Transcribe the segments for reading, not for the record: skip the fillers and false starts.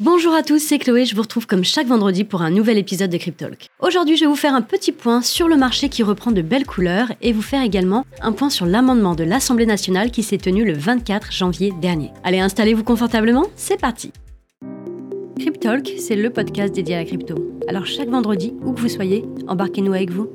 Bonjour à tous, c'est Chloé, je vous retrouve comme chaque vendredi pour un nouvel épisode de Cryptalk. Aujourd'hui, je vais vous faire un petit point sur le marché qui reprend de belles couleurs et vous faire également un point sur l'amendement de l'Assemblée nationale qui s'est tenu le 24 janvier dernier. Allez, installez-vous confortablement, c'est parti. Cryptalk, c'est le podcast dédié à la crypto. Alors chaque vendredi, où que vous soyez, embarquez-nous avec vous.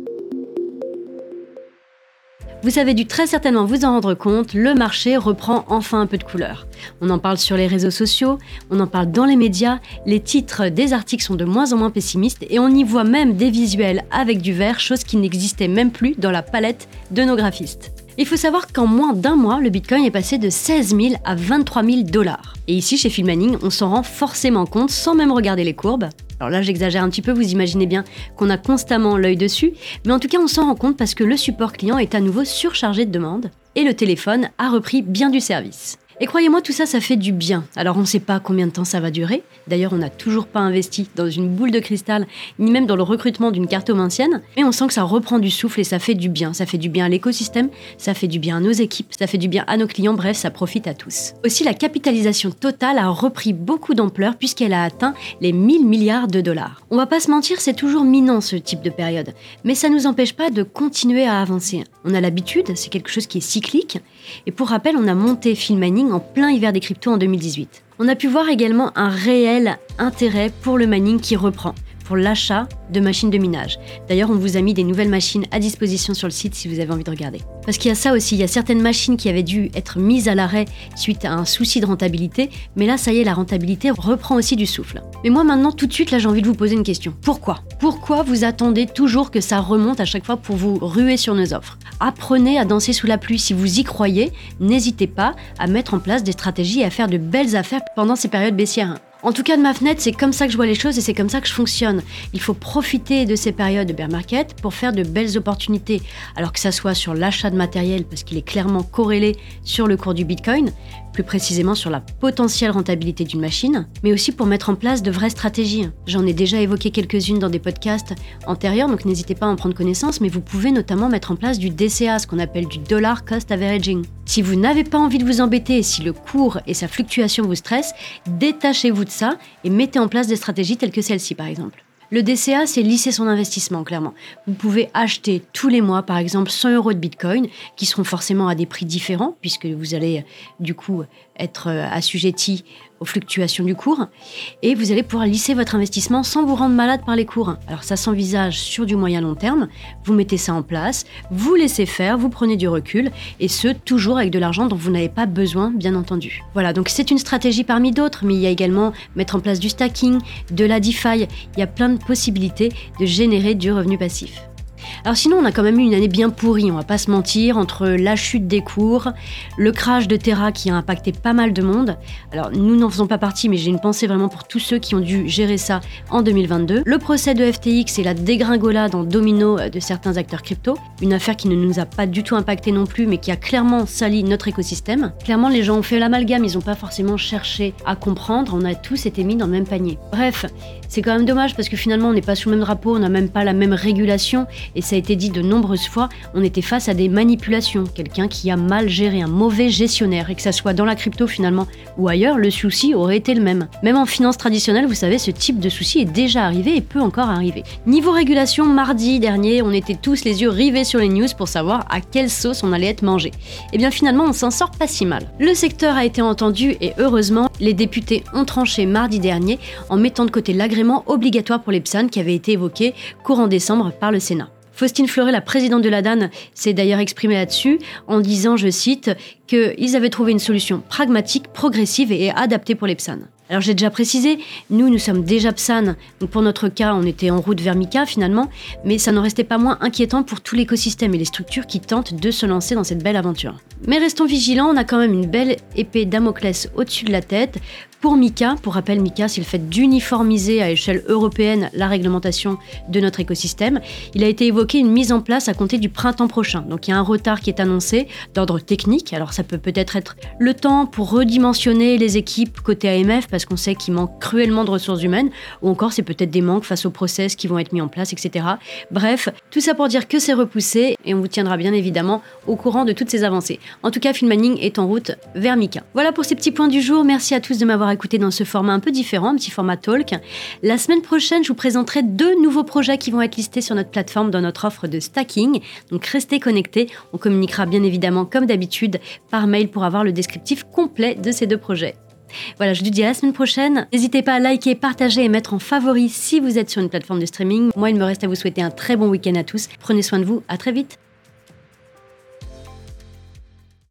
Vous avez dû très certainement vous en rendre compte, le marché reprend enfin un peu de couleur. On en parle sur les réseaux sociaux, on en parle dans les médias, les titres des articles sont de moins en moins pessimistes et on y voit même des visuels avec du vert, chose qui n'existait même plus dans la palette de nos graphistes. Il faut savoir qu'en moins d'un mois, le Bitcoin est passé de 16 000 à 23 000 $. Et ici, chez Filmaning, on s'en rend forcément compte sans même regarder les courbes. Alors là, j'exagère un petit peu, vous imaginez bien qu'on a constamment l'œil dessus, mais en tout cas, on s'en rend compte parce que le support client est à nouveau surchargé de demandes et le téléphone a repris bien du service. Et croyez-moi, tout ça, ça fait du bien. Alors on ne sait pas combien de temps ça va durer. D'ailleurs, on n'a toujours pas investi dans une boule de cristal, ni même dans le recrutement d'une cartomancienne. Mais on sent que ça reprend du souffle et ça fait du bien. Ça fait du bien à l'écosystème, ça fait du bien à nos équipes, ça fait du bien à nos clients, bref, ça profite à tous. Aussi, la capitalisation totale a repris beaucoup d'ampleur puisqu'elle a atteint les 1000 milliards $. On va pas se mentir, c'est toujours minant ce type de période. Mais ça ne nous empêche pas de continuer à avancer. On a l'habitude, c'est quelque chose qui est cyclique. Et pour rappel, on a monté Filmaning en plein hiver des cryptos en 2018. On a pu voir également un réel intérêt pour le mining qui reprend, pour l'achat de machines de minage. D'ailleurs, on vous a mis des nouvelles machines à disposition sur le site si vous avez envie de regarder. Parce qu'il y a ça aussi, il y a certaines machines qui avaient dû être mises à l'arrêt suite à un souci de rentabilité, mais là, ça y est, la rentabilité reprend aussi du souffle. Mais moi, maintenant, tout de suite, là, j'ai envie de vous poser une question. Pourquoi vous attendez toujours que ça remonte à chaque fois pour vous ruer sur nos offres? Apprenez à danser sous la pluie. Si vous y croyez, n'hésitez pas à mettre en place des stratégies et à faire de belles affaires pendant ces périodes baissières. En tout cas, de ma fenêtre, c'est comme ça que je vois les choses et c'est comme ça que je fonctionne. Il faut profiter de ces périodes de bear market pour faire de belles opportunités. Alors que ça soit sur l'achat de matériel, parce qu'il est clairement corrélé sur le cours du Bitcoin, plus précisément sur la potentielle rentabilité d'une machine, mais aussi pour mettre en place de vraies stratégies. J'en ai déjà évoqué quelques-unes dans des podcasts antérieurs, donc n'hésitez pas à en prendre connaissance, mais vous pouvez notamment mettre en place du DCA, ce qu'on appelle du Dollar Cost Averaging. Si vous n'avez pas envie de vous embêter et si le cours et sa fluctuation vous stressent, détachez-vous de ça et mettez en place des stratégies telles que celle-ci par exemple. Le DCA, c'est lisser son investissement, clairement. Vous pouvez acheter tous les mois, par exemple, 100 € de Bitcoin, qui seront forcément à des prix différents, puisque vous allez, du coup, être assujetti aux fluctuations du cours, et vous allez pouvoir lisser votre investissement sans vous rendre malade par les cours. Alors ça s'envisage sur du moyen long terme, vous mettez ça en place, vous laissez faire, vous prenez du recul, et ce, toujours avec de l'argent dont vous n'avez pas besoin, bien entendu. Voilà, donc c'est une stratégie parmi d'autres, mais il y a également mettre en place du stacking, de la DeFi, il y a plein de possibilités de générer du revenu passif. Alors sinon, on a quand même eu une année bien pourrie, on va pas se mentir, entre la chute des cours, le crash de Terra qui a impacté pas mal de monde. Alors nous n'en faisons pas partie, mais j'ai une pensée vraiment pour tous ceux qui ont dû gérer ça en 2022. Le procès de FTX et la dégringolade en domino de certains acteurs crypto, une affaire qui ne nous a pas du tout impacté non plus, mais qui a clairement sali notre écosystème. Clairement, les gens ont fait l'amalgame, ils n'ont pas forcément cherché à comprendre, on a tous été mis dans le même panier. Bref, c'est quand même dommage parce que finalement, on n'est pas sous le même drapeau, on n'a même pas la même régulation, et ça a été dit de nombreuses fois, on était face à des manipulations, quelqu'un qui a mal géré, un mauvais gestionnaire, et que ça soit dans la crypto finalement ou ailleurs, le souci aurait été le même. Même en finance traditionnelle, vous savez, ce type de souci est déjà arrivé et peut encore arriver. Niveau régulation, mardi dernier, on était tous les yeux rivés sur les news pour savoir à quelle sauce on allait être mangé. Et bien finalement, on s'en sort pas si mal. Le secteur a été entendu et heureusement, les députés ont tranché mardi dernier en mettant de côté l'agrément obligatoire pour les PSAN qui avait été évoqué courant décembre par le Sénat. Faustine Fleuret, la présidente de la DAN, s'est d'ailleurs exprimée là-dessus en disant, je cite, qu'ils avaient trouvé une solution pragmatique, progressive et adaptée pour les PSAN. Alors j'ai déjà précisé, nous sommes déjà PSAN, donc pour notre cas, on était en route vers Mika finalement, mais ça n'en restait pas moins inquiétant pour tout l'écosystème et les structures qui tentent de se lancer dans cette belle aventure. Mais restons vigilants, on a quand même une belle épée Damoclès au-dessus de la tête. Pour Mika, pour rappel, Mika, c'est le fait d'uniformiser à échelle européenne la réglementation de notre écosystème. Il a été évoqué une mise en place à compter du printemps prochain. Donc il y a un retard qui est annoncé d'ordre technique. Alors ça peut peut-être être le temps pour redimensionner les équipes côté AMF parce qu'on sait qu'il manque cruellement de ressources humaines, ou encore c'est peut-être des manques face aux process qui vont être mis en place, etc. Bref, tout ça pour dire que c'est repoussé et on vous tiendra bien évidemment au courant de toutes ces avancées. En tout cas, Filmaning est en route vers Mika. Voilà pour ces petits points du jour. Merci à tous de m'avoir écouté dans ce format un peu différent, un petit format talk. La semaine prochaine, je vous présenterai 2 nouveaux projets qui vont être listés sur notre plateforme dans notre offre de stacking. Donc restez connectés, on communiquera bien évidemment comme d'habitude par mail pour avoir le descriptif complet de ces 2 projets. Voilà, je vous dis à la semaine prochaine. N'hésitez pas à liker, partager et mettre en favori si vous êtes sur une plateforme de streaming. Moi, il me reste à vous souhaiter un très bon week-end à tous. Prenez soin de vous, à très vite.